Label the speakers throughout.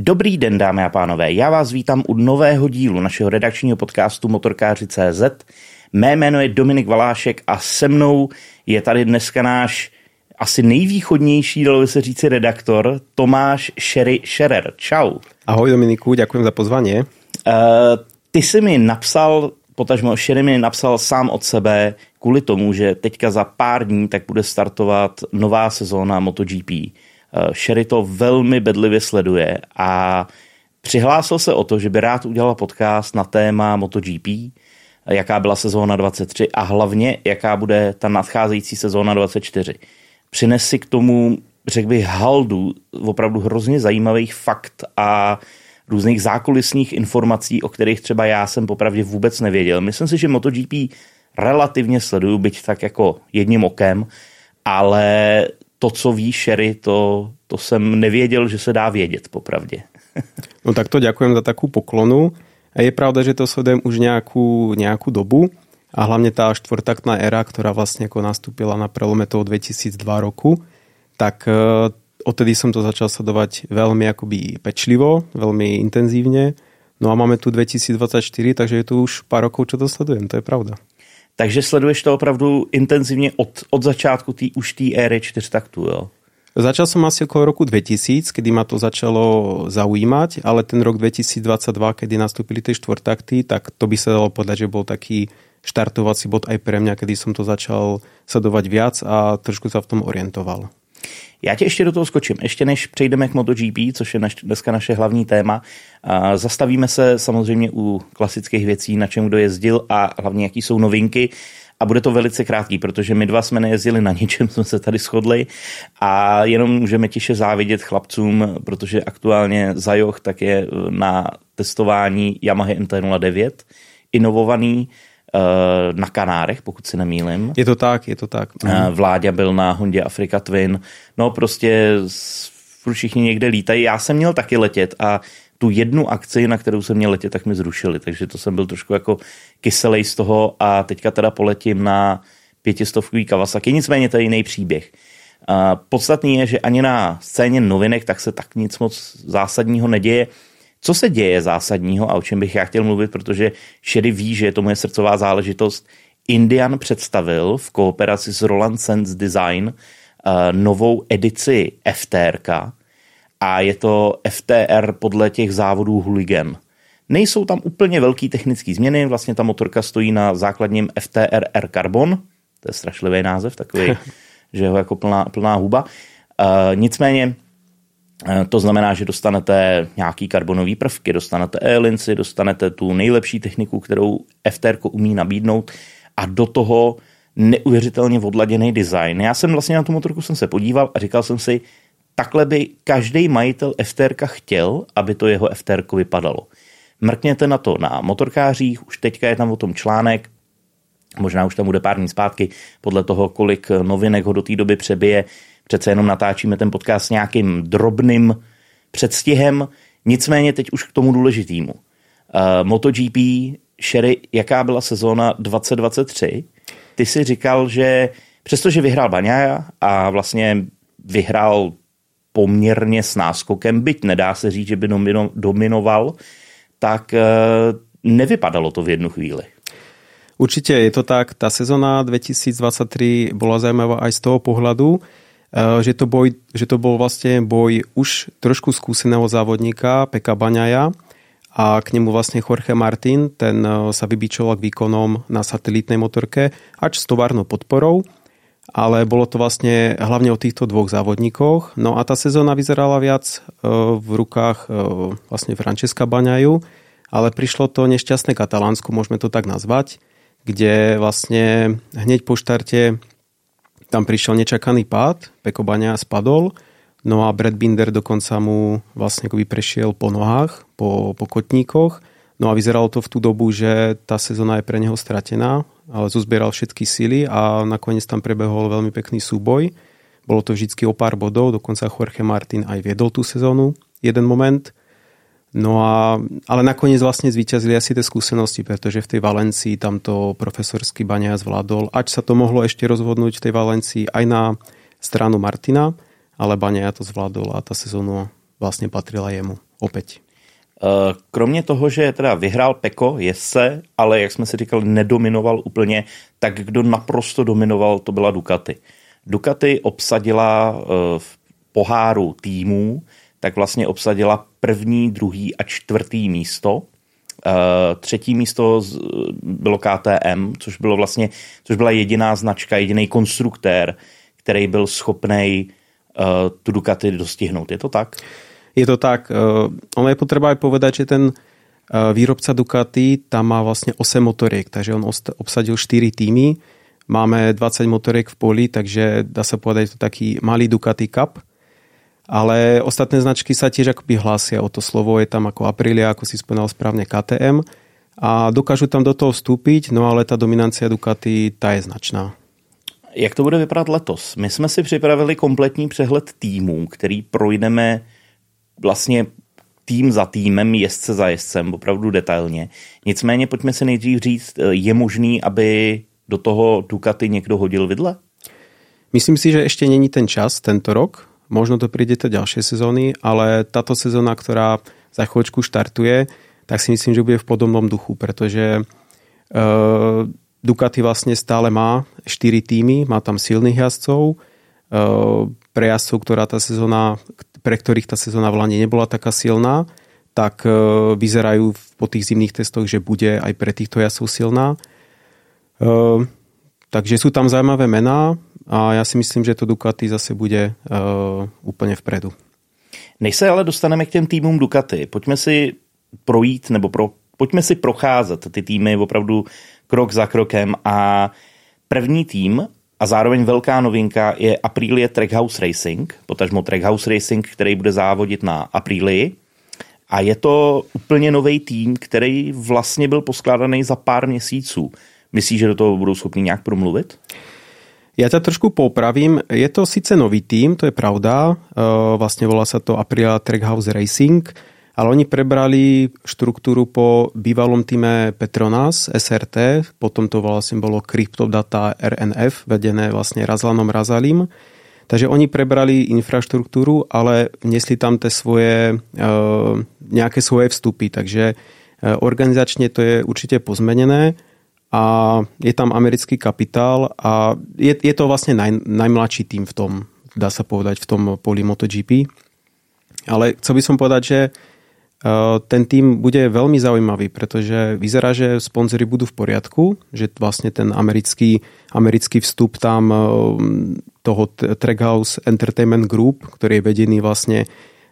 Speaker 1: Dobrý den, dámy a pánové, já vás vítám u nového dílu našeho redakčního podcastu Motorkáři.cz. Mé jméno je Dominik Valášek a se mnou je tady dneska náš asi nejvýchodnější, dalo by se říci, redaktor Tomáš Sherry Scherer. Čau.
Speaker 2: Ahoj Dominiku, ďakujem za pozvanie.
Speaker 1: Ty jsi mi napsal, potažmo Sherry mi napsal sám od sebe kvůli tomu, že teďka za pár dní tak bude startovat nová sezóna MotoGP. Sherry to velmi bedlivě sleduje a přihlásil se o to, že by rád udělal podcast na téma MotoGP, jaká byla sezóna 23 a hlavně jaká bude ta nadcházející sezóna 24. Přines si k tomu, řekl bych, haldu opravdu hrozně zajímavých fakt a různých zákulisních informací, o kterých třeba já jsem popravdě vůbec nevěděl. Myslím si, že MotoGP relativně sleduju, byť tak jako jedním okem, ale to, co ví Sherry, to jsem nevěděl, že se dá vědět, popravdě.
Speaker 2: No tak to ďakujem za takú poklonu. A je pravda, že to sledujem už nejakú dobu a hlavne tá štvortaktná éra, ktorá vlastne ako nastúpila na prelome toho 2002 roku, tak odtedy som to začal sledovať veľmi akoby pečlivo, veľmi intenzívne. No a máme tu 2024, takže je tu už pár rokov, čo to sledujem, to je pravda.
Speaker 1: Takže sleduješ to opravdu intenzivně od začátku už té éry čtyřtaktů, jo?
Speaker 2: Začal som asi okolo roku 2000, kedy ma to začalo zaujímať, ale ten rok 2022, kedy nastúpili tie štvortakty, tak to by sa dalo povedať, že bol taký štartovací bod aj pre mňa, kedy som to začal sledovať viac a trošku sa v tom orientoval.
Speaker 1: Já tě ještě do toho skočím. Ještě než přejdeme k MotoGP, což je dneska naše hlavní téma, zastavíme se samozřejmě u klasických věcí, na čem kdo jezdil a hlavně jaký jsou novinky. A bude to velice krátký, protože my dva jsme nejezdili na ničem, jsme se tady shodli a jenom můžeme tiše závidět chlapcům, protože aktuálně Zajoch tak je na testování Yamaha MT-09, inovovaný na Kanárech, pokud si nemýlim.
Speaker 2: Je to tak.
Speaker 1: Vláďa byl na Hondě Africa Twin. No prostě všichni někde lítají. Já jsem měl taky letět a tu jednu akci, na kterou jsem měl letět, tak mi zrušili. Takže to jsem byl trošku jako kyselej z toho a teďka teda poletím na 500 Kawasaki. Nicméně to je jiný příběh. Podstatný je, že ani na scéně novinek tak se tak nic moc zásadního neděje. Co se děje zásadního a o čem bych já chtěl mluvit, protože Sherry ví, že je to moje srdcová záležitost. Indian představil v kooperaci s Roland Sense Design novou edici FTRK a je to FTR podle těch závodů Hooligan. Nejsou tam úplně velký technické změny, vlastně ta motorka stojí na základním FTR R Carbon, to je strašlivý název, takový, že ho jako plná huba. Nicméně to znamená, že dostanete nějaký karbonový prvky, dostanete e-linci, dostanete tu nejlepší techniku, kterou FTR umí nabídnout a do toho neuvěřitelně odladěný design. Já jsem vlastně na tu motorku jsem se podíval a říkal jsem si, takhle by každý majitel FTR chtěl, aby to jeho FTR vypadalo. Mrkněte na to na Motorkářích, už teďka je tam o tom článek, možná už tam bude pár dní zpátky, podle toho, kolik novinek ho do té doby přebije. Přece jenom natáčíme ten podcast s nějakým drobným předstihem, nicméně teď už k tomu důležitému. MotoGP, Sherry, jaká byla sezóna 2023? Ty si říkal, že přestože vyhrál Bagnaia a vlastně vyhrál poměrně s náskokem, byť nedá se říct, že by dominoval, tak nevypadalo to v jednu chvíli.
Speaker 2: Určite je to tak. Tá sezóna 2023 bola zaujímavá aj z toho pohľadu, že to bol vlastne boj už trošku skúseného závodníka Peka Bagnaia a k nemu vlastne Jorge Martin, ten sa vybičoval k výkonom na satelitnej motorke, ač s továrnou podporou, ale bolo to vlastne hlavne o týchto dvoch závodníkoch. No a tá sezóna vyzerala viac v rukách vlastne Francesca Bagnaiu, ale prišlo to nešťastné Katalánsku, môžeme to tak nazvať, kde vlastne hneď po štarte tam prišiel nečakaný pád, Pecco Bagnaia spadol, no a Brad Binder dokonca mu vlastne akoby prešiel po nohách, po kotníkoch, no a vyzeralo to v tú dobu, že tá sezóna je pre neho stratená, ale zozbieral všetky sily a nakoniec tam prebehol veľmi pekný súboj. Bolo to vždycky o pár bodov, dokonca Jorge Martin aj viedol tú sezónu jeden moment. No ale nakoniec vlastne zvíťazili asi tie skúsenosti, pretože v tej Valencii tamto profesorský Bagnaia zvládol, ač sa to mohlo ešte rozhodnúť v tej Valencii aj na stranu Martina, ale Bagnaia to zvládol a tá sezóna vlastne patrila jemu. opäť.
Speaker 1: Kromě toho, že teda vyhrál Pecco, jezdce, ale jak jsme si říkali, nedominoval úplně, tak kdo naprosto dominoval, to byla Ducati. Ducati obsadila v poháru týmů, tak vlastně obsadila 1., 2. a 4. místo. 3. místo bylo KTM, což byla jediná značka, jediný konstruktér, který byl schopnej tu Ducati dostihnout. Je to tak?
Speaker 2: Je to tak. Ono je potreba aj povedať, že ten výrobca Ducati tam má vlastne 8 motoriek, takže on obsadil 4 týmy. Máme 20 motoriek v poli, takže dá sa povedať, to taký malý Ducati Cup. Ale ostatné značky sa tiež akoby hlásia o to slovo. Je tam ako Aprilia, ako si spomínal správne, KTM. A dokážu tam do toho vstúpiť, no ale tá dominancia Ducati, tá je značná.
Speaker 1: Jak to bude vypadat letos? My jsme si připravili kompletní přehled týmů, který projdeme vlastně tým za týmem, jezdce za jezdcem, opravdu detailně. Nicméně pojďme si nejdřív říct, je možný, aby do toho Ducati někdo hodil vidle?
Speaker 2: Myslím si, že ešte není ten čas tento rok. Možno to príde do ďalšej sezóny, ale táto sezóna, ktorá za chvíľočku štartuje, tak si myslím, že bude v podobnom duchu, pretože Ducati vlastne stále má 4 týmy, má tam silných jazdcov, pre jazdcov, pre ktorých tá sezóna v Lani nebola taká silná, tak vyzerajú po tých zimných testoch, že bude aj pre týchto jazdcov silná. Takže sú tam zaujímavé mená a ja si myslím, že to Ducati zase bude úplne vpredu.
Speaker 1: Než se ale dostaneme k těm týmům Ducati, pojďme si projít, pojďme si procházet ty týmy opravdu krok za krokem a první tým a zároveň velká novinka je Aprilia Trackhouse Racing, potažmo Trackhouse Racing, který bude závodit na Aprilii. A je to úplně nový tým, který vlastně byl poskládaný za pár měsíců. Myslíš, že do toho budou schopni nějak promluvit?
Speaker 2: Ja ťa trošku popravím. Je to síce nový tím, to je pravda. Vlastne volá sa to Aprilia Trackhouse Racing, ale oni prebrali štruktúru po bývalom týme Petronas SRT, potom to vlastne bolo Cryptodata RNF, vedené vlastne Razlanom Razalim. Takže oni prebrali infraštruktúru, ale vnesli tam nejaké svoje vstupy. Takže organizačne to je určite pozmenené a je tam americký kapitál a je to vlastne najmladší tým v tom, dá sa povedať, v tom poli MotoGP. Ale chcel by som povedať, že ten tým bude veľmi zaujímavý, pretože vyzerá, že sponzori budú v poriadku, že vlastne ten americký vstup tam toho Trackhouse Entertainment Group, ktorý je vedený vlastne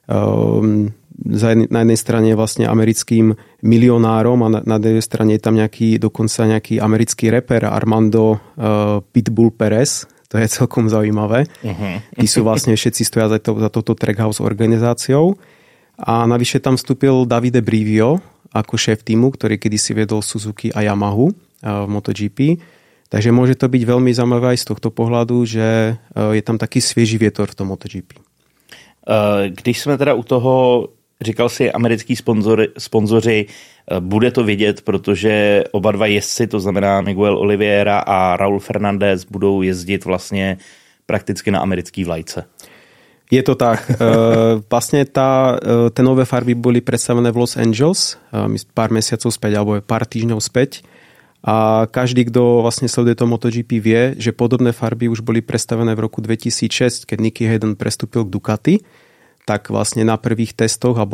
Speaker 2: na jednej strane vlastne americkým milionárom a na druhej strane je tam dokonca nejaký americký reper Armando Pitbull Perez. To je celkom zaujímavé. Tí sú vlastne všetci stoja za touto Trackhouse organizáciou. A navyše tam vstúpil Davide Brivio ako šéf týmu, ktorý kedysi viedol Suzuki a Yamahu v MotoGP. Takže môže to byť veľmi zaujímavé aj z tohto pohľadu, že je tam taký svieži vietor v tom MotoGP.
Speaker 1: Když jsme teda u toho, říkal si americký sponzoři, bude to vidět, protože oba dva jezdci, to znamená Miguel Oliveira a Raúl Fernández, budou jezdit vlastně prakticky na americký vlajce.
Speaker 2: Je to tak. Vlastne tie nové farby boli predstavené v Los Angeles pár mesiacov späť, alebo pár týždňov späť. A každý, kto vlastne sleduje to MotoGP, vie, že podobné farby už boli predstavené v roku 2006, keď Nicky Hayden prestúpil k Ducati. Tak vlastne na prvých testoch, alebo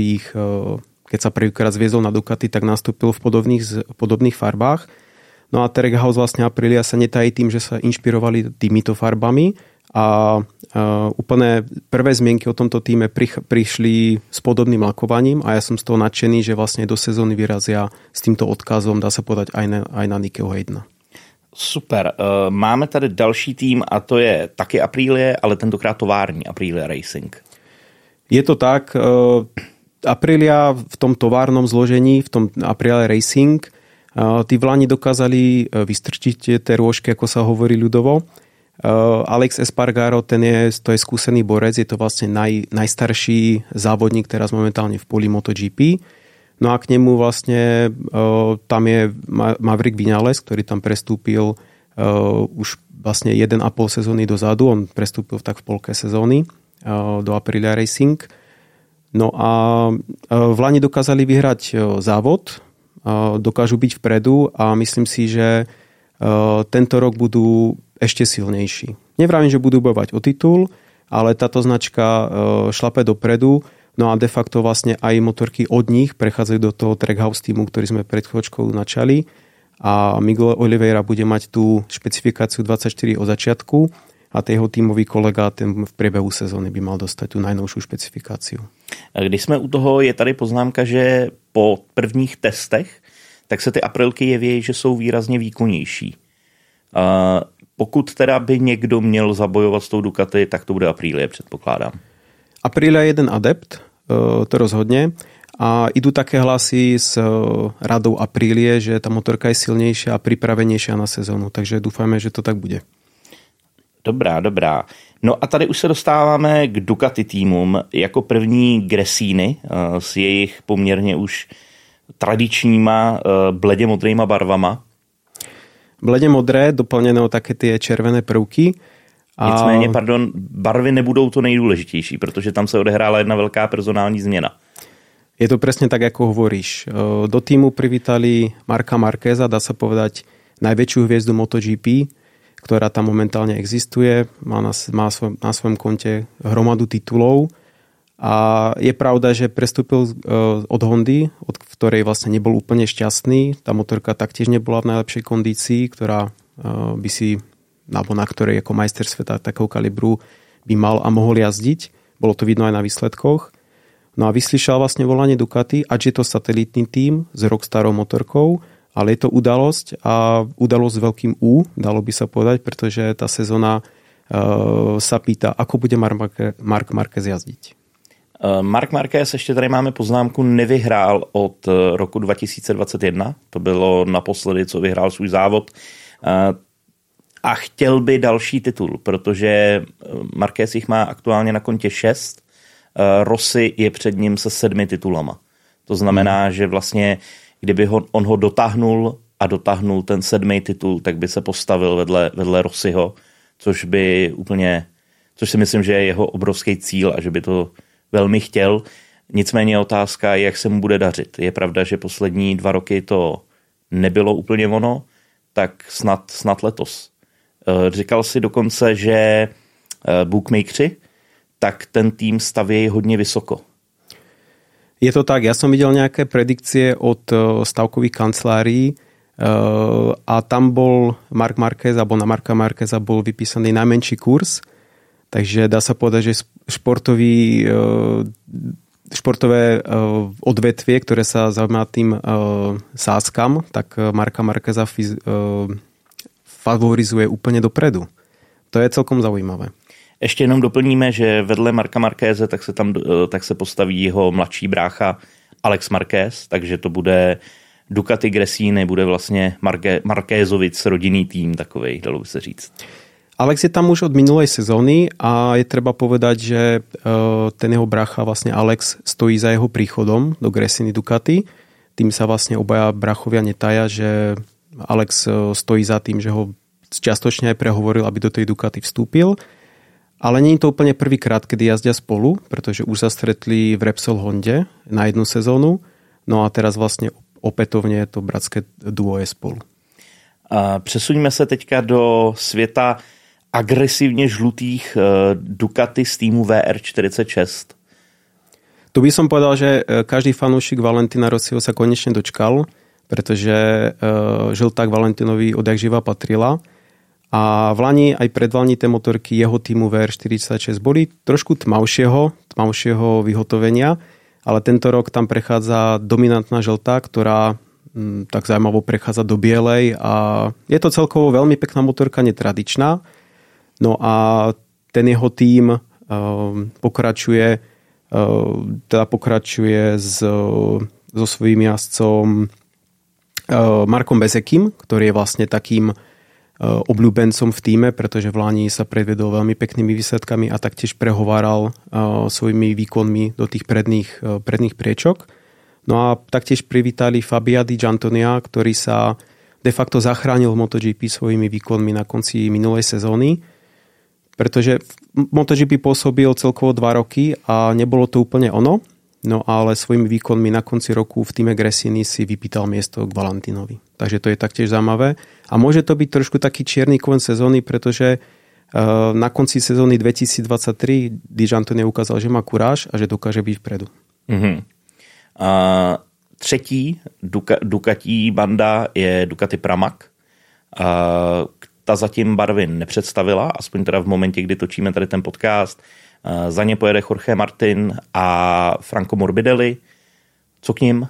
Speaker 2: keď sa prvýkrát zviezol na Ducati, tak nastúpil v podobných farbách. No a Trackhouse vlastne Aprilia sa netají tým, že sa inšpirovali týmito farbami. A úplne prvé zmienky o tomto týme prišli s podobným lakovaním a ja som z toho nadšený, že vlastne do sezóny vyrazia s týmto odkazom, dá sa povedať, aj na Nickyho Haydena.
Speaker 1: Super. Máme tady další tým a to je taky Aprilia, ale tentokrát tovární Aprilia Racing.
Speaker 2: Je to tak. Aprilia v tom továrnom zložení, v tom Aprilia Racing, tí v Lani dokázali vystrčiť tie rôžky, ako sa hovorí ľudovo. Alex Espargaro, to je skúsený borec, je to vlastne najstarší závodník teraz momentálne v poli MotoGP. No a k nemu vlastne tam je Maverick Vinales, ktorý tam prestúpil už vlastne 1,5 sezóny dozadu, on prestúpil tak v polke sezóny do Aprilia Racing. No a v Lani dokázali vyhrať závod, dokážu byť vpredu a myslím si, že tento rok budú ešte silnejší. Nevravím, že budú bojovať o titul, ale táto značka šlape dopredu, no a de facto vlastne aj motorky od nich prechádzajú do toho Trackhouse týmu, ktorý sme pred chvíľočkou načali a Miguel Oliveira bude mať tú špecifikáciu 24 od začiatku a ten jeho týmový kolega ten v priebehu sezóny by mal dostať tú najnovšiu špecifikáciu.
Speaker 1: Když jsme u toho, je tady poznámka, že po prvních testech tak se ty Aprilky jeví, že jsou výrazně výkonnější. Pokud teda by někdo měl zabojovat s tou Ducati, tak to bude Aprilia, předpokládám.
Speaker 2: Aprilia je jeden adept, to rozhodne. A idú také hlasy s radou Aprilie, že tá motorka je silnejšia a pripravenejšia na sezónu. Takže dúfajme, že to tak bude.
Speaker 1: Dobrá. No a tady už se dostáváme k Ducati týmům. Jako první Gresini s jejich poměrně už tradičníma bledě modrýma barvama.
Speaker 2: Bledě modré, doplněné o také ty červené prvky.
Speaker 1: Nicméně, barvy nebudou to nejdůležitější, protože tam se odehrála jedna velká personální změna.
Speaker 2: Je to presne tak, ako hovoríš. Do týmu privítali Marka Marqueza, dá sa povedať najväčšiu hviezdu MotoGP, ktorá tam momentálne existuje. Má na svojom konte hromadu titulov. A je pravda, že prestúpil od Hondy, od ktorej vlastne nebol úplne šťastný. Tá motorka taktiež nebola v najlepšej kondícii, ktorá by si, alebo na ktorej ako majster sveta takého kalibru by mal a mohol jazdiť. Bolo to vidno aj na výsledkoch. No a vyslyšal vlastne volanie Ducati, ať je to satelitný tím s rockstarou motorkou, ale je to udalosť a udalosť s veľkým U, dalo by sa povedať, pretože tá sezóna sa pýta, ako bude Marc Marquez jazdiť.
Speaker 1: Marc Marquez, ještě tady máme poznámku, nevyhrál od roku 2021. To bylo naposledy, co vyhrál svůj závod. A chtěl by další titul, protože Marquez jich má aktuálně na kontě 6. Rossi je před ním se 7 titulama. To znamená, že vlastně, kdyby on ho dotáhnul ten 7. titul, tak by se postavil vedle Rossiho, což si myslím, že je jeho obrovský cíl a že by to velmi chtěl. Nicméně otázka, jak se mu bude dařit. Je pravda, že poslední 2 roky to nebylo úplně ono, tak snad letos. Říkal si dokonce, že bookmakeri tak ten tým staví hodně vysoko.
Speaker 2: Je to tak, ja som videl nejaké predikcie od stavkových kancelárií a tam bol Marc Marquez, alebo na Marca Marqueza bol vypísaný najmenší kurz, takže dá sa povedať, že športové odvetvie, ktoré sa zaujíma tým sáskam, tak Marca Marqueza favorizuje úplne dopredu. To je celkom zaujímavé.
Speaker 1: Ještě jenom doplníme, že vedle Marca Marqueze tak se postaví jeho mladší brácha Alex Marquez, takže to bude Ducati Gresini, bude vlastně Marquezovic rodinný tým takovej, dalo by se říct.
Speaker 2: Alex je tam už od minulej sezóny a je treba povedať, že ten jeho brácha, vlastne Alex, stojí za jeho príchodom do Gresini Ducati. Tým sa vlastne obaja bráchovia netaja, že Alex stojí za tým, že ho čiastočne aj prehovoril, aby do tej Ducati vstúpil. Ale nie je to úplne prvýkrát, kedy jazdia spolu, pretože už sa stretli v Repsol Honde na jednu sezónu. No a teraz vlastne opätovne to bratské duo je spolu.
Speaker 1: Přesuňme se teďka do světa agresivně žlutých Ducati z týmu VR46.
Speaker 2: Tu by som povedal, že každý fanúšik Valentina Rossiho sa konečne dočkal, pretože žlták Valentinovi odjakživa patrila. A v Lani aj predvalní tie motorky jeho týmu VR46 boli trošku tmavšieho vyhotovenia, ale tento rok tam prechádza dominantná žltá, ktorá tak zaujímavo prechádza do bielej a je to celkovo veľmi pekná motorka, netradičná. No a ten jeho tím pokračuje so svojím jazdcom Markom Bezekim, ktorý je vlastne takým obľúbencom v týme, pretože v Lani sa predvedol veľmi peknými výsledkami a taktiež prehováral svojimi výkonmi do tých predných priečok. No a taktiež privítali Fabia Di Gianantonia, ktorý sa de facto zachránil v MotoGP svojimi výkonmi na konci minulej sezóny, pretože v MotoGP pôsobil celkovo 2 roky a nebolo to úplne ono. no ale svojimi výkonmi na konci roku v týme Gresini si vypýtal miesto k Valentinovi. Takže to je taktiež zaujímavé. A môže to byť trošku taký čierny kon sezóny, pretože na konci sezóny 2023 Di Giannantonio ukázal, že má kuráž a že dokáže byť vpredu.
Speaker 1: Třetí Ducati banda je Ducati Pramac. Ta zatím barvy nepředstavila, aspoň teda v momentě, kdy točíme tady ten podcast. Za ně pojede Jorge Martin a Franco Morbidelli. Co k ním?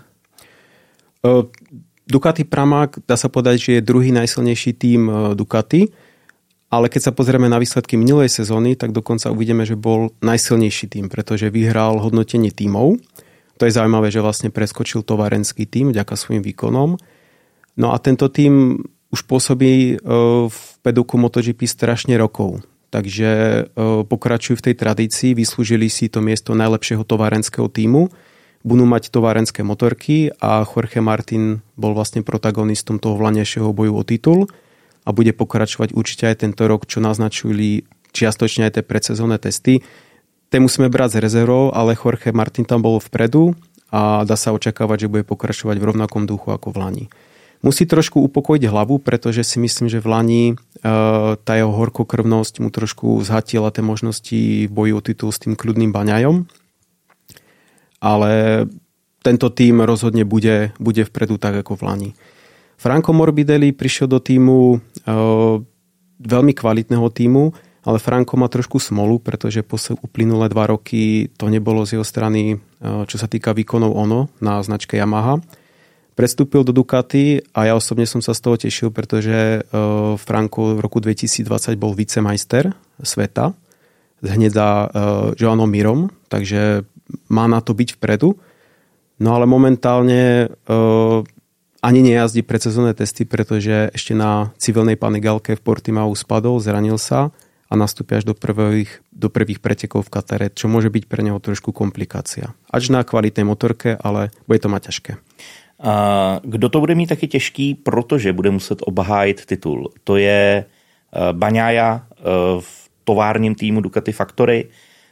Speaker 2: Ducati Pramac, dá sa povedať, že je druhý najsilnejší tím Ducati, ale keď sa pozrieme na výsledky minulej sezóny, tak dokonca uvidíme, že bol najsilnejší tím, pretože vyhral hodnotenie tímov. To je zaujímavé, že vlastne preskočil továrenský tím vďaka svojim výkonom. No a tento tím už pôsobí v peduku MotoGP strašne rokov. Takže pokračujú v tej tradícii, vyslúžili si to miesto najlepšieho továrenského tímu, budú mať továrenské motorky a Jorge Martin bol vlastne protagonistom toho vlaňajšieho boju o titul a bude pokračovať určite aj tento rok, čo naznačili čiastočne aj tie predsezónne testy. Té musíme brať z rezervou, ale Jorge Martin tam bol vpredu a dá sa očakávať, že bude pokračovať v rovnakom duchu ako v lani. Musí trošku upokojiť hlavu, pretože si myslím, že v lani tá jeho horkokrvnosť mu trošku zhatila tie možnosti v boji o titul s tým kľudným Baňajom. Ale tento tím rozhodne bude vpredu tak ako v lani. Franco Morbidelli prišiel do týmu veľmi kvalitného týmu, ale Franco má trošku smolu, pretože po uplynulé 2 roky to nebolo z jeho strany, čo sa týka výkonov na značke Yamaha. Prestúpil do Ducati a ja osobne som sa z toho tešil, pretože Franco v roku 2020 bol vicemajster sveta hneď za Joanom Mirom, takže má na to byť vpredu. No ale momentálne ani nejazdí predsezónne testy, pretože ešte na civilnej Panigale v Portimao spadol, zranil sa a nastúpi až do prvých pretekov v Katare, čo môže byť pre neho trošku komplikácia. Až na kvalitnej motorke, ale bude to mať ťažké.
Speaker 1: Kdo to bude mít taky těžký, protože bude muset obhájit titul. To je Bagnaia v továrním týmu Ducati Factory.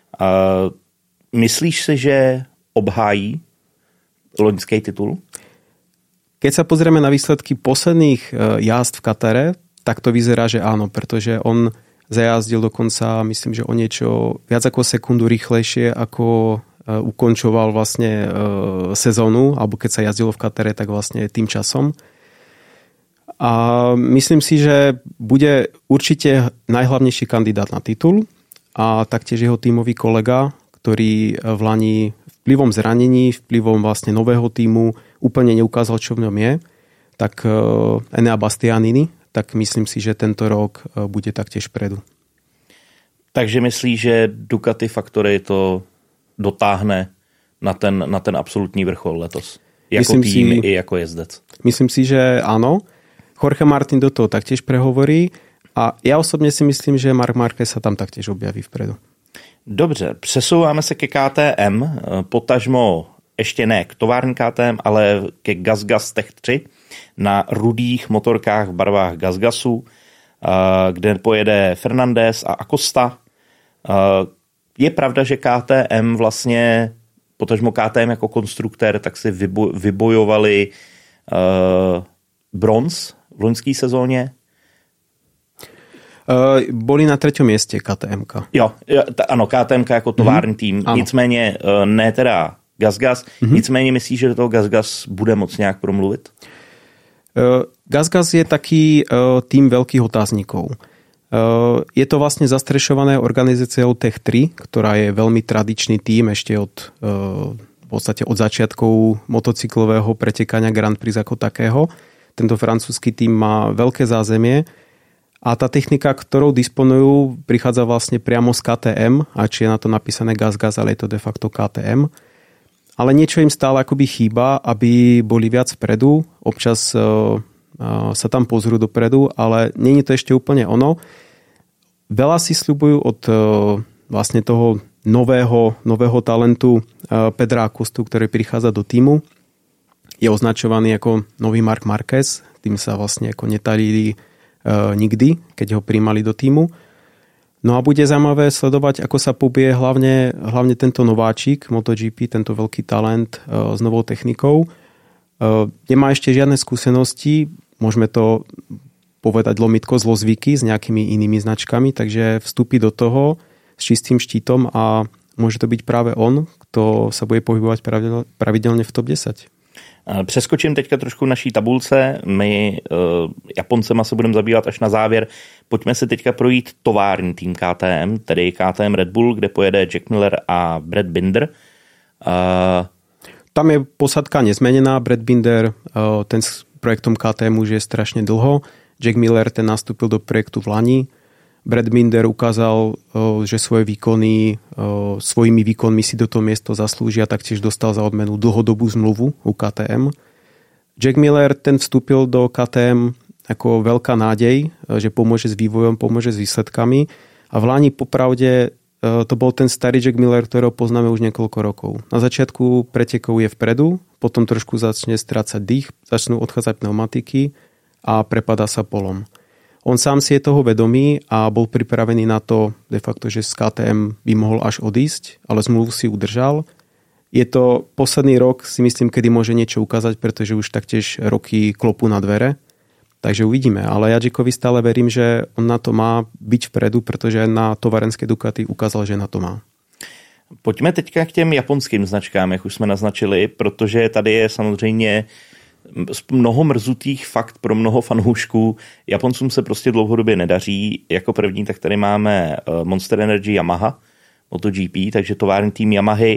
Speaker 1: Myslíš si, že obhájí loňský titul?
Speaker 2: Keď sa pozrieme na výsledky posledných jazd v Katare, tak to vyzerá, že áno, pretože on zajazdil dokonca, myslím, že o niečo viac ako sekundu rýchlejšie, ako ukončoval vlastne sezónu, alebo keď sa jazdilo v Katare, tak vlastne tým časom. A myslím si, že bude určite najhlavnejší kandidát na titul a taktiež jeho tímový kolega, ktorý v lani vplyvom zranení, vplyvom vlastne nového tímu úplne neukázal, čo v ňom je, tak Enea Bastianini, tak myslím si, že tento rok bude taktiež vpredu.
Speaker 1: Takže myslíš, že Ducati Factory to dotáhne na ten absolutní vrchol letos? Jako tým i jako jezdec.
Speaker 2: Myslím si, že áno. Jorge Martin do toho taktiež prehovorí a ja osobne si myslím, že Marc Marquez sa tam taktiež objaví vpredu.
Speaker 1: Dobře, přesouváme se ke KTM, potažmo ještě ne k tovární KTM, ale ke GasGas Tech 3 na rudých motorkách v barvách GasGasu, kde pojede Fernandez a Acosta. Je pravda, že KTM vlastně, potažmo KTM jako konstruktér, tak si vybojovali bronz v loňské sezóně?
Speaker 2: Boli na 3. mieste KTM-ka.
Speaker 1: Jo, ano, KTM-ka jako tovární tým. Ano. Nicméně ne teda GasGas. Nicméně myslíš, že do toho GasGas bude moc nějak promluvit?
Speaker 2: GasGas je taký tým veľkých otáznikov. Je to vlastne zastrešované organizáciou Tech 3, ktorá je veľmi tradičný tým ešte v podstate od začiatkov motocyklového pretekania Grand Prix ako takého. Tento francúzsky tým má veľké zázemie a tá technika, ktorou disponujú, prichádza vlastne priamo z KTM, a či je na to napísané GasGas, ale je to de facto KTM. Ale niečo im stále akoby chýba, aby boli viac vpredu. Občas sa tam pozrú dopredu, ale nie je to ešte úplne ono. Veľa si sľubujú od vlastne toho nového talentu Pedra Acostu, ktorý prichádza do týmu. Je označovaný ako nový Marc Marquez, tým sa vlastne ako netarili nikdy, keď ho prijímali do týmu. No a bude zaujímavé sledovať, ako sa pobije hlavne tento nováčik MotoGP, tento veľký talent s novou technikou. Nemá ešte žiadne skúsenosti, môžeme to povedať lomitko zlozvyky s nejakými inými značkami, takže vstúpi do toho s čistým štítom a môže to byť práve on, kto sa bude pohybovať pravidelne v top 10.
Speaker 1: Přeskočím teďka trošku naší tabulce. My Japoncema se budeme zabývat až na závěr. Pojďme se teďka projít tovární tým KTM, tedy KTM Red Bull, kde pojede Jack Miller a Brad Binder.
Speaker 2: Tam je posadka nezmenená. Brad Binder, ten s projektom KTM už je strašne dlho. Jack Miller, ten nastúpil do projektu v lani. Brad Binder ukázal, že svojimi výkonmi si do toho miesto zaslúžia, taktiež dostal za odmenu dlhodobú zmluvu u KTM. Jack Miller, ten vstúpil do KTM ako veľká nádej, že pomôže s vývojom, pomôže s výsledkami. A v lani popravde to bol ten starý Jack Miller, ktorého poznáme už niekoľko rokov. Na začiatku pretekov je vpredu, potom trošku začne strácať dých, začnú odchádzať pneumatiky a prepadá sa polom. On sám si je toho vedomý a bol pripravený na to de facto, že z KTM by mohol až odísť, ale zmluvu si udržal. Je to posledný rok, si myslím, kedy môže niečo ukázať, pretože už taktiež roky klopú na dvere. Takže uvidíme. Ale ja Jackovi stále verím, že on na to má byť vpredu, pretože na tovarenské Ducati ukázal, že na to má.
Speaker 1: Pojďme teďka k těm japonským značkám, jak už jsme naznačili, protože tady je samozřejmě mnoho mrzutých fakt pro mnoho fanoušků. Japoncům se prostě dlouhodobě nedaří. Jako první tak tady máme Monster Energy Yamaha, MotoGP, takže tovární tým Yamahy.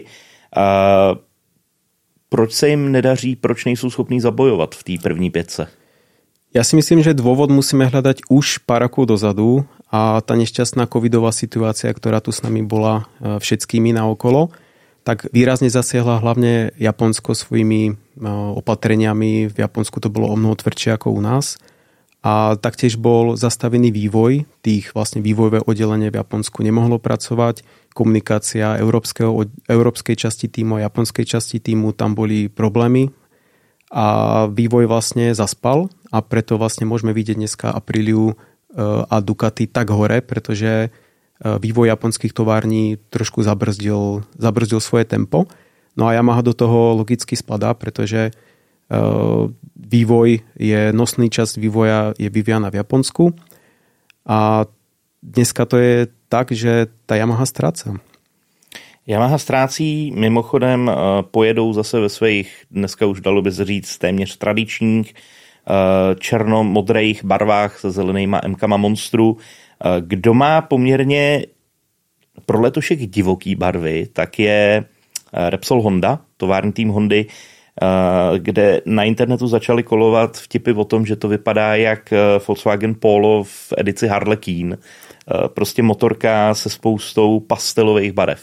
Speaker 1: Proč se jim nedaří, proč nejsou schopní zabojovat v té první pětce?
Speaker 2: Ja si myslím, že dôvod musíme hľadať už pár rokov dozadu a tá nešťastná covidová situácia, ktorá tu s nami bola všetkými naokolo, tak výrazne zasiahla hlavne Japonsko svojimi opatreniami. V Japonsku to bolo o mnoho tvrdšie ako u nás. A taktiež bol zastavený vývoj. Tých vlastne vývojové oddelenie v Japonsku nemohlo pracovať. Komunikácia európskej časti týmu a japonskej časti týmu, tam boli problémy. A vývoj vlastne zaspal a preto vlastne môžeme vidieť dneska Apriliu a Ducati tak hore, pretože vývoj japonských tovární trošku zabrzdil svoje tempo. No a Yamaha do toho logicky spadá, pretože vývoj je nosný časť vývoja je vyvíjana v Japonsku a dneska to je tak, že ta Yamaha ztráca.
Speaker 1: Yamaha ztrácí, mimochodem pojedou zase ve svých, dneska už dalo by se říct, téměř tradičních černo-modrých barvách se zelenýma M-kama Monstru. Kdo má poměrně pro letošek divoký barvy, tak je Repsol Honda, tovární tým Hondy, kde na internetu začaly kolovat vtipy o tom, že to vypadá jak Volkswagen Polo v edici Harlequin. Prostě motorka se spoustou pastelových barev.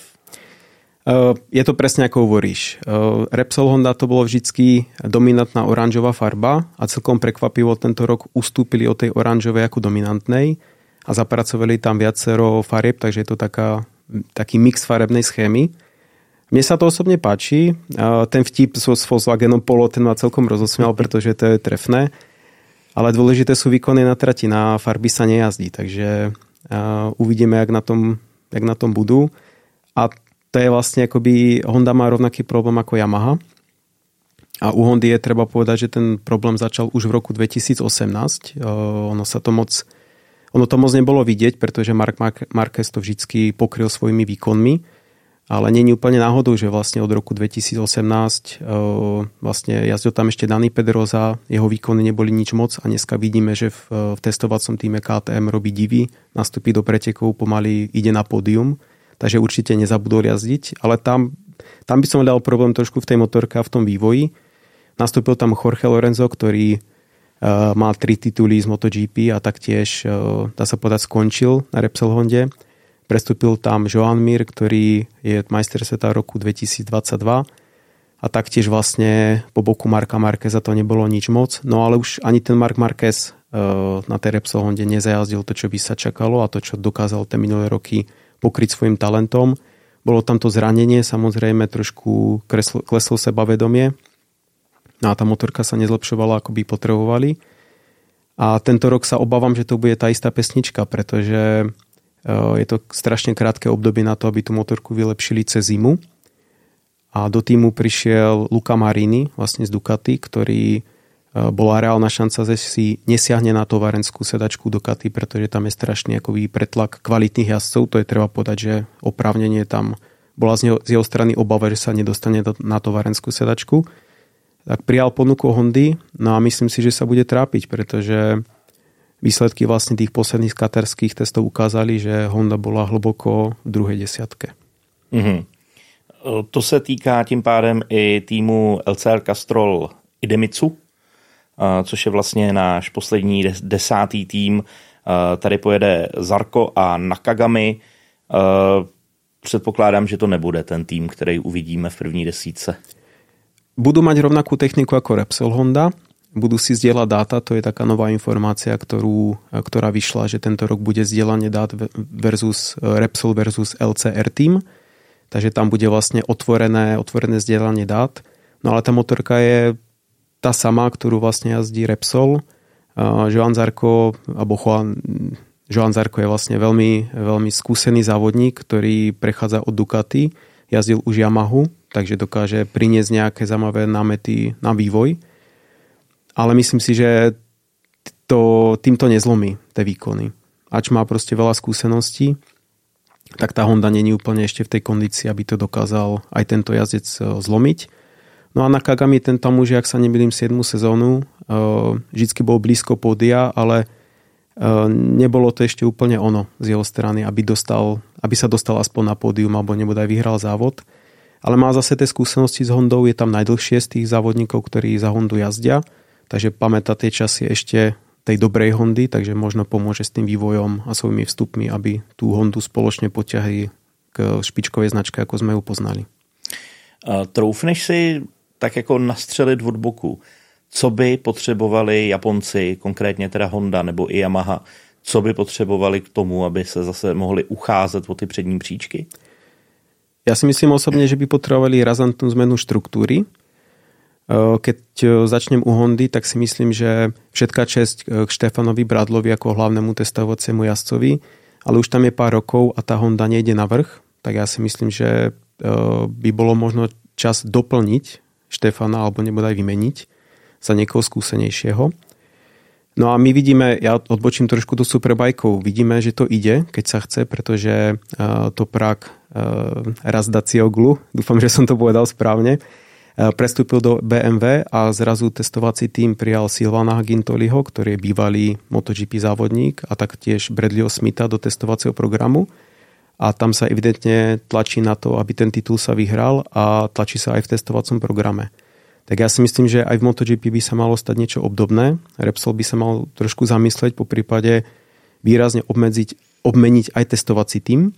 Speaker 2: Je to presne ako hovoríš. Repsol Honda to bolo vždycky dominantná oranžová farba a celkom prekvapivo tento rok ustúpili od tej oranžovej ako dominantnej a zapracovali tam viacero farieb, takže je to taký mix farebnej schémy. Mne sa to osobne páči. Ten vtip s Volkswagenom Polo, ten ma celkom rozosmial, pretože to je trefné. Ale dôležité sú výkony na trati. Na farby sa nejazdí, takže uvidíme, jak na tom budú. A to je vlastne akoby Honda má rovnaký problém ako Yamaha. A u Hondy je treba povedať, že ten problém začal už v roku 2018. Ono to moc nebolo vidieť, pretože Marc Marquez to vždycky pokryl svojimi výkonmi. Ale nie je úplne náhodou, že vlastne od roku 2018 vlastne jazdil tam ešte Dani Pedrosa, jeho výkony neboli nič moc a dneska vidíme, že v testovacom týme KTM robí divy, nastúpi do pretekov, pomaly ide na pódium. Takže určite nezabudol jazdiť, ale tam by som dal problém trošku v tej motorke a v tom vývoji. Nastúpil tam Jorge Lorenzo, ktorý má 3 tituly z MotoGP a taktiež, dá sa povedať, skončil na Repsol Honde. Prestúpil tam Joan Mir, ktorý je majster sveta roku 2022 a taktiež vlastne po boku Marca Marqueza to nebolo nič moc, no ale už ani ten Marc Marquez na tej Repsol Honde nezajazdil to, čo by sa čakalo a to, čo dokázal tie minulé roky pokryť svojim talentom. Bolo tam to zranenie, samozrejme trošku kleslo sebavedomie. No a tá motorka sa nezlepšovala, ako by potrebovali. A tento rok sa obávam, že to bude tá istá pesnička, pretože Je to strašne krátke obdobie na to, aby tú motorku vylepšili cez zimu. A do týmu prišiel Luca Marini, vlastne z Ducati, ktorý bola reálna šanca, že si nesiahne na tovarenskú sedačku Ducati, pretože tam je strašný akoby pretlak kvalitných jazdcov. To je treba povedať, že oprávnenie tam bola z jeho strany obava, že sa nedostane na tovarenskú sedačku. Tak prijal ponuku Hondy, no a myslím si, že sa bude trápiť, pretože výsledky vlastne tých posledných katarských testov ukázali, že Honda bola hlboko v druhej desiatke.
Speaker 1: Mm-hmm. To se týká tím pádem i týmu LCR Castrol Idemitsu, což je vlastně náš poslední 10. tým. Tady pojede Zarco a Nakagami. Předpokládám, že to nebude ten tým, který uvidíme v první desítce.
Speaker 2: Budú mať rovnakú techniku ako Repsol Honda, budú si zdieľať dáta, to je taká nová informácia, ktorá vyšla, že tento rok bude zdieľanie dát versus Repsol versus LCR Team, takže tam bude vlastne otvorené zdieľanie dát. No ale tá motorka je tá sama, ktorú vlastne jazdí Repsol. Joan Zarco je vlastne veľmi, veľmi skúsený závodník, ktorý prechádza od Ducati, jazdil už Yamahu, takže dokáže priniesť nejaké zaujímavé námety na vývoj. Ale myslím si, že týmto nezlomí tie výkony. Ač má proste veľa skúseností, tak tá Honda není úplne ešte v tej kondícii, aby to dokázal aj tento jazdec zlomiť. No a Nakagami, ten tam už, ak sa nemýlim, 7. sezónu, vždycky bol blízko pódia, ale nebolo to ešte úplne ono z jeho strany, aby sa dostal aspoň na pódium alebo nebodaj vyhral závod. Ale má zase tie skúsenosti s Hondou, je tam najdlhšie z tých závodníkov, ktorí za Hondu jazdia, takže pamätá tie časy ešte tej dobrej Hondy, takže možno pomôže s tým vývojom a svojimi vstupmi, aby tú Hondu spoločne potiahli k špičkovej značke, ako sme ju poznali.
Speaker 1: Troufneš si tak jako nastřelit od boku, co by potřebovali Japonci, konkrétně teda Honda nebo i Yamaha, co by potřebovali k tomu, aby se zase mohli ucházet o ty přední příčky?
Speaker 2: Ja si myslím osobne, že by potrebovali razantnú zmenu štruktúry. Keď začnem u Hondy, tak si myslím, že všetká česť k Štefanovi Bradlovi ako hlavnému testovaciemu jazdcovi, ale už tam je pár rokov a tá Honda nejde na vrch, tak ja si myslím, že by bolo možno čas doplniť Štefana alebo nebodaj vymeniť za niekoho skúsenejšieho. No a my vidíme, ja odbočím trošku do Superbikeov, vidíme, že to ide, keď sa chce, pretože Toprak Razdacioglu, dúfam, že som to povedal správne, prestúpil do BMW a zrazu testovací tým prijal Silvana Gintoliho, ktorý je bývalý MotoGP závodník, a taktiež Bradleyho Smitha do testovacieho programu. A tam sa evidentne tlačí na to, aby ten titul sa vyhral, a tlačí sa aj v testovacom programe. Tak ja si myslím, že aj v MotoGP by sa malo stať niečo obdobné. Repsol by sa mal trošku zamyslieť, po prípade výrazne obmeniť aj testovací tým,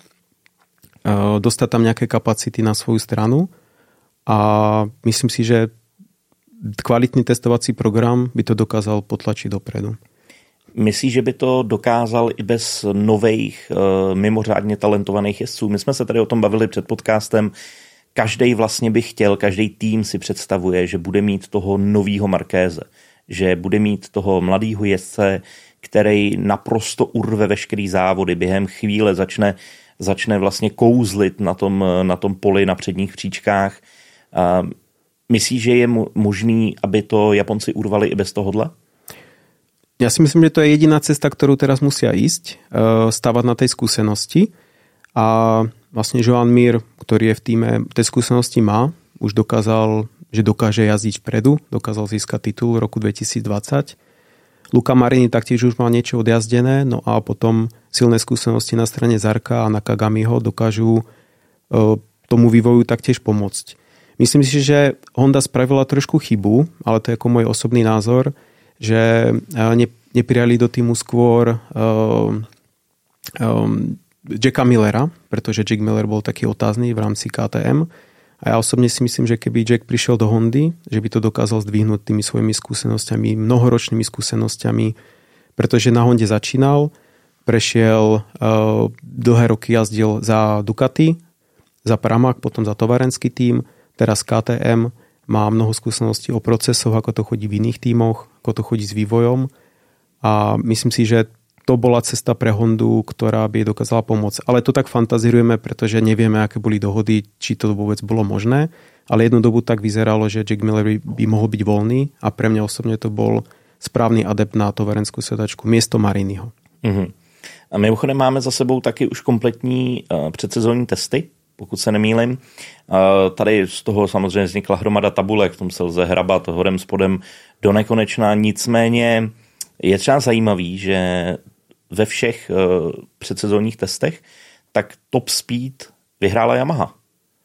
Speaker 2: dostať tam nejaké kapacity na svoju stranu, a myslím si, že kvalitný testovací program by to dokázal potlačiť dopredu.
Speaker 1: Myslíš, že by to dokázal i bez nových, mimořádně talentovaných jezdců? My jsme se tady o tom bavili před podcastem. Každý vlastně by chtěl, každý tým si představuje, že bude mít toho novýho Marquéze, že bude mít toho mladýho jezdce, který naprosto urve veškerý závody, během chvíle začne vlastně kouzlit na tom poli na předních příčkách. Myslíš, že je možný, aby to Japonci urvali i bez tohohle?
Speaker 2: Ja si myslím, že to je jediná cesta, ktorú teraz musia ísť, stavať na tej skúsenosti, a vlastne Joan Mir, ktorý je v týme, tej skúsenosti má, už dokázal, že dokáže jazdiť vpredu, dokázal získať titul v roku 2020. Luca Marini taktiež už má niečo odjazdené, no a potom silné skúsenosti na strane Zarca a Nakagamiho dokážu tomu vývoju taktiež pomôcť. Myslím si, že Honda spravila trošku chybu, ale to je ako môj osobný názor, že neprijali do týmu skôr Jacka Millera, pretože Jack Miller bol taký otázny v rámci KTM. A ja osobne si myslím, že keby Jack prišiel do Hondy, že by to dokázal zdvihnúť tými svojimi skúsenosťami, mnohoročnými skúsenosťami, pretože na Honde začínal, prešiel dlhé roky, jazdil za Ducati, za Pramac, potom za tovarenský tím, teraz KTM, má mnoho skúseností o procesoch, ako to chodí v iných tímoch, ako to chodí s vývojom, a myslím si, že to bola cesta pre Hondu, ktorá by dokázala pomôcť. Ale to tak fantazírujeme, pretože nevieme, aké boli dohody, či to vôbec bolo možné. Ale jednu dobu tak vyzeralo, že Jack Miller by mohol byť voľný a pre mňa osobne to bol správný adept na tovarenskú sedačku miesto Mariniho.
Speaker 1: A mimochodem máme za sebou taky už kompletní předsezónní testy, pokud se nemýlim. Tady z toho samozřejmě vznikla hromada tabulek, v tom se lze hrabat horem spodem do nekonečna. Nicméně je třeba zajímavý, že ve všech předsezónních testech tak top speed vyhrála Yamaha.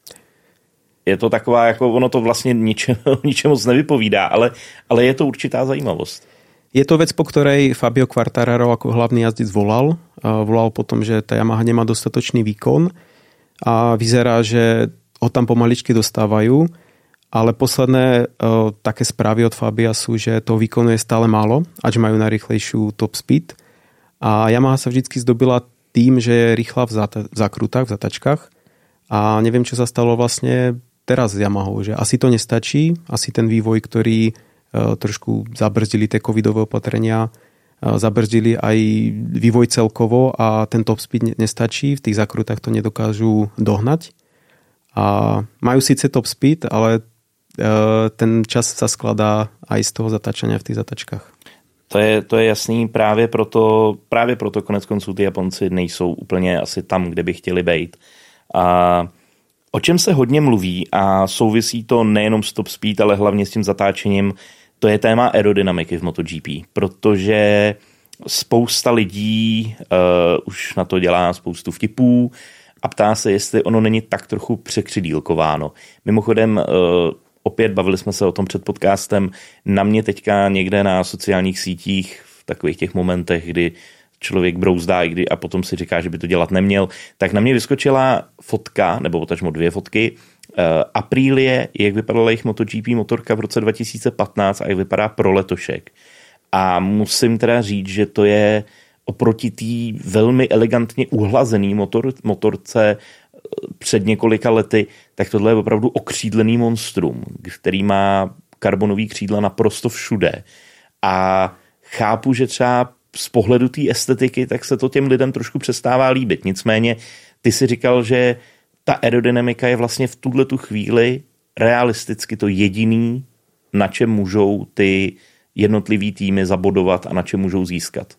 Speaker 1: Je to taková, jako ono to vlastně ničemu moc nevypovídá, ale je to určitá zajímavost.
Speaker 2: Je to vec, po ktorej Fabio Quartararo ako hlavný jazdec volal. Volal potom, že tá Yamaha nemá dostatočný výkon a vyzerá, že ho tam pomaličky dostávajú, ale posledné také správy od Fabia sú, že toho výkonu je stále málo, až majú najrýchlejšiu top speed. A Yamaha sa vždycky zdobila tým, že je rýchla v zakrutách, v zatačkách a neviem, čo sa stalo vlastne teraz s Yamahou, že asi to nestačí, asi ten vývoj, ktorý trošku zabrzdili tie covidové opatrenia, zabrzdili aj vývoj celkovo a ten top speed nestačí, v tých zakrutách to nedokážu dohnať. A majú síce top speed, ale ten čas sa skladá aj z toho zatáčania v tých zatačkách.
Speaker 1: To je jasný, právě proto konec konců ty Japonci nejsou úplně asi tam, kde by chtěli být. A o čem se hodně mluví a souvisí to nejenom s top speed, ale hlavně s tím zatáčením, to je téma aerodynamiky v MotoGP, protože spousta lidí už na to dělá spoustu vtipů a ptá se, jestli ono není tak trochu překřidílkováno. Mimochodem, opět bavili jsme se o tom před podcastem, na mě teďka někde na sociálních sítích v takových těch momentech, kdy člověk brouzdá a potom si říká, že by to dělat neměl, tak na mě vyskočila fotka, nebo potažmo 2 fotky, Aprilie, jak vypadala jejich MotoGP motorka v roce 2015 a jak vypadá pro letošek. A musím teda říct, že to je oproti té velmi elegantně uhlazený motorce před několika lety, tak tohle je opravdu okřídlený monstrum, který má karbonový křídla naprosto všude. A chápu, že třeba z pohledu té estetiky, tak se to těm lidem trošku přestává líbit. Nicméně ty si říkal, že ta aerodynamika je vlastně v tuhletu chvíli realisticky to jediný, na čem můžou ty jednotlivý týmy zabodovat a na čem můžou získat.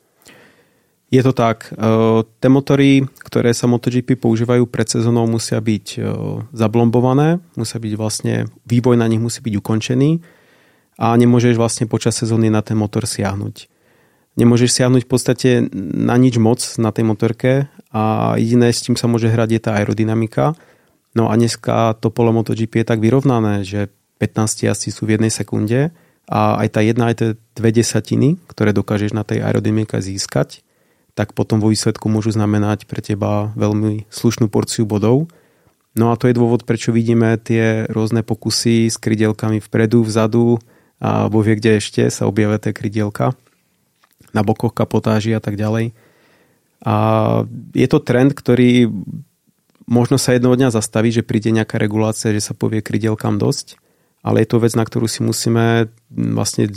Speaker 2: Je to tak. Tie motory, ktoré sa MotoGP používajú pred sezónou, musia byť zablombované, musia byť vlastne, vývoj na nich musí byť ukončený a nemôžeš vlastne počas sezóny na ten motor siahnuť. Nemôžeš siahnuť v podstate na nič moc na tej motorke a jediné, s tým sa môže hrať, je tá aerodynamika. No a dneska to pole MotoGP je tak vyrovnané, že 15 jazdci sú v 1 sekunde a aj tá jedna, aj tie 2 desatiny, ktoré dokážeš na tej aerodynamike získať, tak potom vo výsledku môžu znamenať pre teba veľmi slušnú porciu bodov. No a to je dôvod, prečo vidíme tie rôzne pokusy s krydielkami vpredu, vzadu a bovie kde ešte sa objavia tie krydielka na bokoch kapotáži a tak ďalej. A je to trend, ktorý možno sa jednoho dňa zastaví, že príde nejaká regulácia, že sa povie krydielkám dosť, ale je to vec, na ktorú si musíme vlastne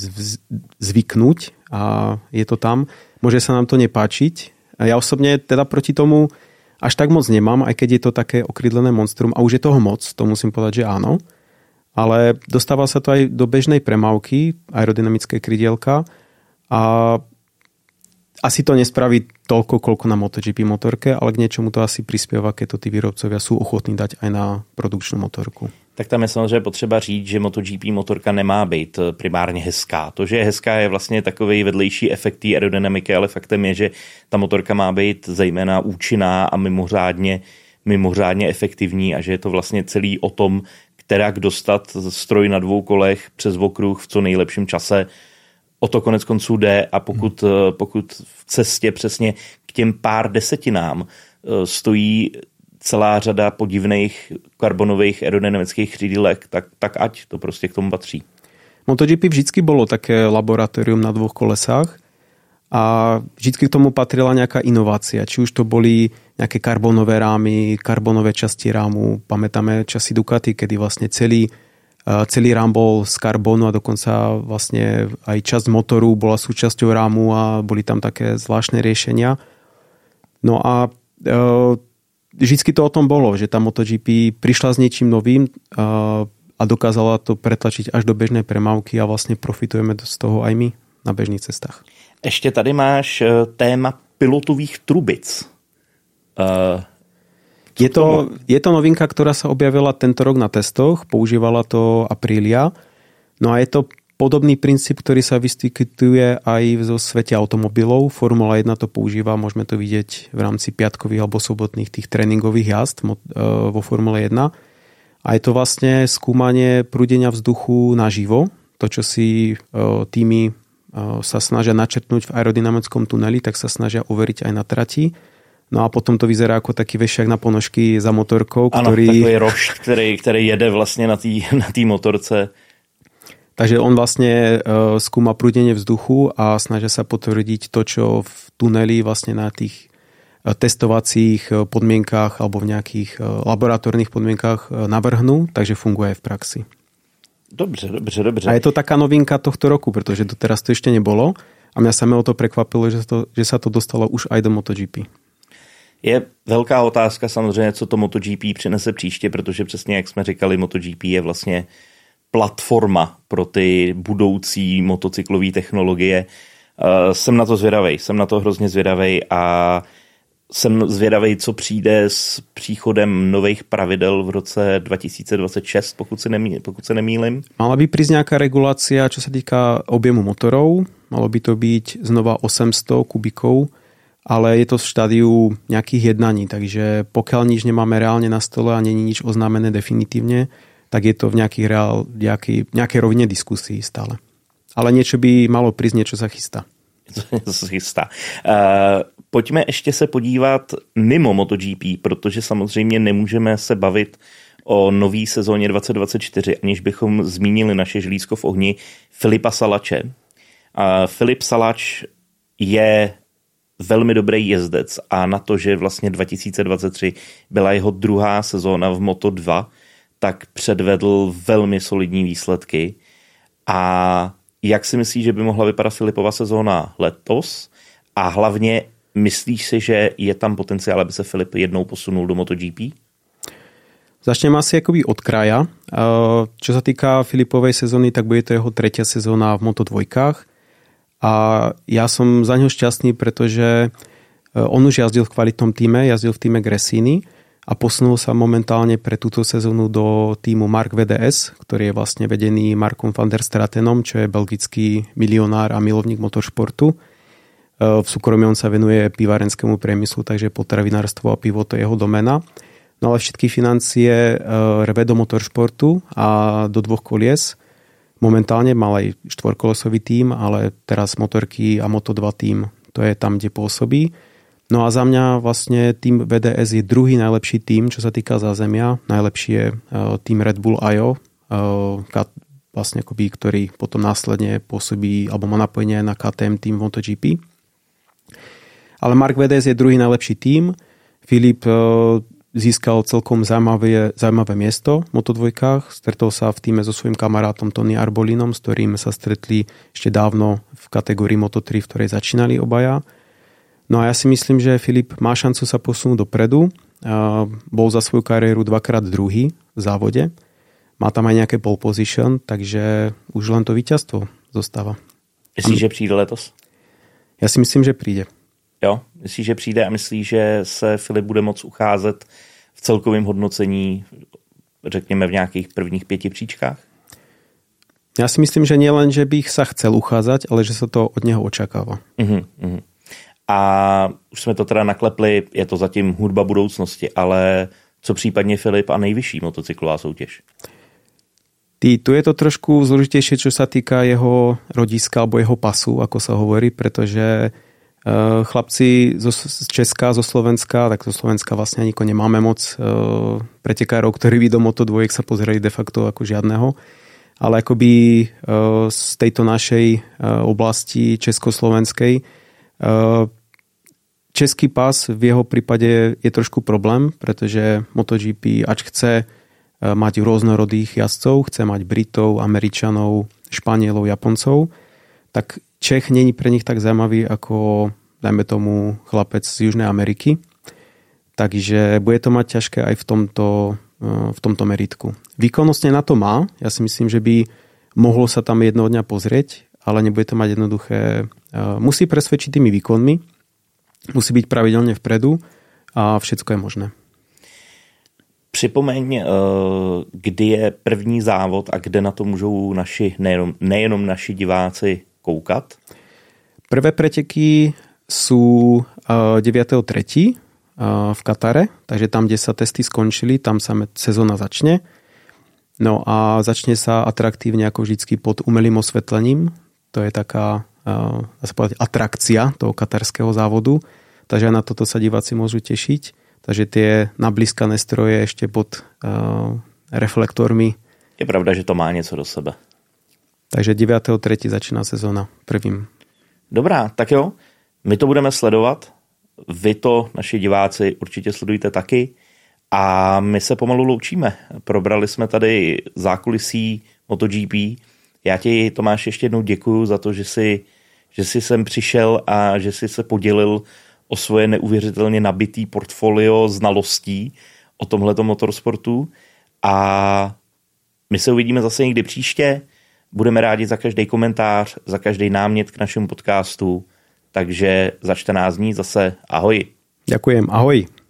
Speaker 2: zvyknúť a je to tam. Môže sa nám to nepáčiť. Ja osobne teda proti tomu až tak moc nemám, aj keď je to také okrydlené monstrum a už je toho moc, to musím povedať, že áno. Ale dostáva sa to aj do bežnej premávky, aerodynamické krydielka a asi to nespraví toľko, koľko na MotoGP motorke, ale k niečomu to asi prispieva, keď to tí výrobcovia sú ochotní dať aj na produkčnú motorku.
Speaker 1: Tak tam je samozřejmě potřeba říct, že MotoGP motorka nemá být primárně hezká. To, že je hezká, je vlastně takový vedlejší efekt té aerodynamiky, ale faktem je, že ta motorka má být zejména účinná a mimořádně efektivní a že je to vlastně celý o tom, kterak dostat stroj na 2 kolech přes okruh v co nejlepším čase. O to konec konců jde a pokud v cestě přesně k těm pár desetinám stojí celá řada podivných karbonových aerodynamických křídílek, tak ať to prostě k tomu patří.
Speaker 2: MotoGP vždycky bolo také laboratórium na 2 kolesách a vždycky k tomu patrila nejaká inovácia. Či už to boli nejaké karbonové rámy, karbonové časti rámu. Pamätáme časy Ducati, kedy vlastne celý Celý rám bol z karbonu a dokonca vlastne aj časť motoru bola súčasťou rámu a boli tam také zvláštne riešenia. No a vždycky to o tom bolo, že tá MotoGP prišla s niečím novým a dokázala to pretlačiť až do bežnej premávky a vlastne profitujeme z toho aj my na bežných cestách.
Speaker 1: Ešte tady máš téma pilotových trubic.
Speaker 2: Je to novinka, ktorá sa objavila tento rok na testoch, používala to Aprilia. No a je to podobný princíp, ktorý sa vyskytuje aj zo svete automobilov. Formula 1 to používa, môžeme to vidieť v rámci piatkových alebo sobotných tých tréningových jazd vo Formule 1. A je to vlastne skúmanie prúdenia vzduchu naživo. To, čo si týmy sa snažia načrtnúť v aerodynamickom tuneli, tak sa snažia overiť aj na trati. No a potom to vyzerá ako taký vešiak na ponožky za motorkou, ktorý...
Speaker 1: Ano, takový rošt, který jede vlastně na té motorce.
Speaker 2: Takže on vlastne skúma prúdenie vzduchu a snažia sa potvrdiť to, čo v tuneli vlastne na tých testovacích podmienkách alebo v nejakých laboratórnych podmienkách navrhnú, takže funguje aj v praxi.
Speaker 1: Dobře.
Speaker 2: A je to taká novinka tohto roku, pretože doteraz to ešte nebolo a mňa samého to prekvapilo, že sa to dostalo už aj do MotoGP.
Speaker 1: Je velká otázka samozřejmě, co to MotoGP přinese příště, protože přesně jak jsme říkali, MotoGP je vlastně platforma pro ty budoucí motocyklové technologie. Jsem na to zvědavej, jsem na to hrozně zvědavej a jsem zvědavej, co přijde s příchodem nových pravidel v roce 2026, pokud se nemýlim.
Speaker 2: Mala by prísť nejaká regulácia, čo sa týka objemu motorov. Malo by to byť znova 800 kubikov, ale je to v štádiu nejakých jednaní, takže pokiaľ nič nemáme reálne na stole a není nič oznámené definitívne, tak je to v nejakej rovine diskusí stále. Ale niečo by malo prísť, niečo sa chystá.
Speaker 1: Pojďme ještě se podívat mimo MotoGP, protože samozřejmě nemůžeme se bavit o nový sezóně 2024, aniž bychom zmínili naše želízko v ohni Filipa Salače. Filip Salač je velmi dobrý jezdec a na to, že vlastně 2023 byla jeho druhá sezóna v Moto2, tak předvedl velmi solidní výsledky. A jak si myslíš, že by mohla vypadat Filipova sezóna letos? A hlavně myslíš si, že je tam potenciál, aby se Filip jednou posunul do MotoGP?
Speaker 2: Začnem asi akoby od kraja. Čo sa týka Filipovej sezóny, tak bude to jeho tretia sezóna v Moto2. A ja som za ňo šťastný, pretože on už jazdil v kvalitnom týme, jazdil v týme Gresini a posunul sa momentálne pre túto sezónu do týmu Mark VDS, ktorý je vlastne vedený Markom van der Stratenom, čo je belgický milionár a milovník motoršportu. V súkromí on sa venuje pivárenskému priemyslu, takže potravinárstvo a pivo to je jeho domena. No ale všetky financie rve do motoršportu a do 2 kolies. Momentálne mal aj 4-kolesový tím, ale teraz motorky a Moto2 tím, to je tam, kde pôsobí. No a za mňa vlastne tým VDS je druhý najlepší tím, čo sa týka zázemia. Najlepší je tým Red Bull IO, vlastne akoby, ktorý potom následne pôsobí alebo má napojenie na KTM tým MotoGP. Ale Mark VDS je druhý najlepší tím. Filip získal celkom zaujímavé miesto v Moto2. Stretol sa v týme so svojím kamarátom Tony Arbolinom, s ktorým sa stretli ešte dávno v kategórii Moto3, v ktorej začínali obaja. No a ja si myslím, že Filip má šancu sa posunúť dopredu. Bol za svoju kariéru 2-krát druhý v závode. Má tam aj nejaké pole position, takže už len to víťazstvo zostáva.
Speaker 1: Myslíš, že přijde letos?
Speaker 2: Ja si myslím, že príde.
Speaker 1: Jo, myslíš, že přijde a myslíš, že se Filip bude moct ucházet v celkovém hodnocení, řekněme v nějakých prvních 5 příčkách?
Speaker 2: Ja si myslím, že nie len, že bych sa chcel uchádzať, ale že sa to od neho očakáva.
Speaker 1: A už jsme to teda naklepli, je to zatím hudba budoucnosti, ale co případně Filip a nejvyšší motocyklová soutěž?
Speaker 2: Tu je to trošku zložitejšie, čo sa týka jeho rodiska alebo jeho pasu, ako sa hovorí, pretože chlapci z Česka, zo Slovenska, tak zo Slovenska vlastne ani nemáme moc pretekárov, ktorí by do Moto2 sa pozerali de facto ako žiadneho. Ale akoby z tejto našej oblasti československej český pas v jeho prípade je trošku problém, pretože MotoGP, ač chce mať rôznorodých jazdcov, chce mať Britov, Američanov, Španielov, Japoncov, tak Čech není pre nich tak zaujímavý ako, dajme tomu, chlapec z Južnej Ameriky. Takže bude to mať ťažké aj v tomto meritku. Výkonnostne na to má. Ja si myslím, že by mohlo sa tam jednoho dňa pozrieť, ale nebude to mať jednoduché. Musí presvedčiť tými výkonmi, musí byť pravidelne vpredu a všetko je možné.
Speaker 1: Připomeň, kdy je první závod a kde na to můžou naši, nejenom naši diváci koukat?
Speaker 2: Prvé preteky sú 9.3. v Katare, takže tam, kde sa testy skončili, tam sa sezóna začne. No a začne sa atraktívne ako vždycky pod umelým osvetlením. To je taká, dá sa povedať, atrakcia toho katarského závodu. Takže aj na toto sa diváci môžu tešiť. Takže tie nablískané stroje ešte pod reflektormi.
Speaker 1: Je pravda, že to má něco do sebe.
Speaker 2: Takže 9.3. začíná sezóna prvým.
Speaker 1: Dobrá, tak jo. My to budeme sledovat. Vy to, naši diváci, určitě sledujte taky. A my se pomalu loučíme. Probrali jsme tady zákulisí MotoGP. Já ti, Tomáš, ještě jednou děkuju za to, že jsi sem přišel a že jsi se podělil o svoje neuvěřitelně nabitý portfolio znalostí o tomhletom motorsportu. A my se uvidíme zase někdy příště. Budeme rádi za každý komentář, za každý námět k našemu podcastu. Takže za 14 dní zase ahoj.
Speaker 2: Ďakujem, ahoj.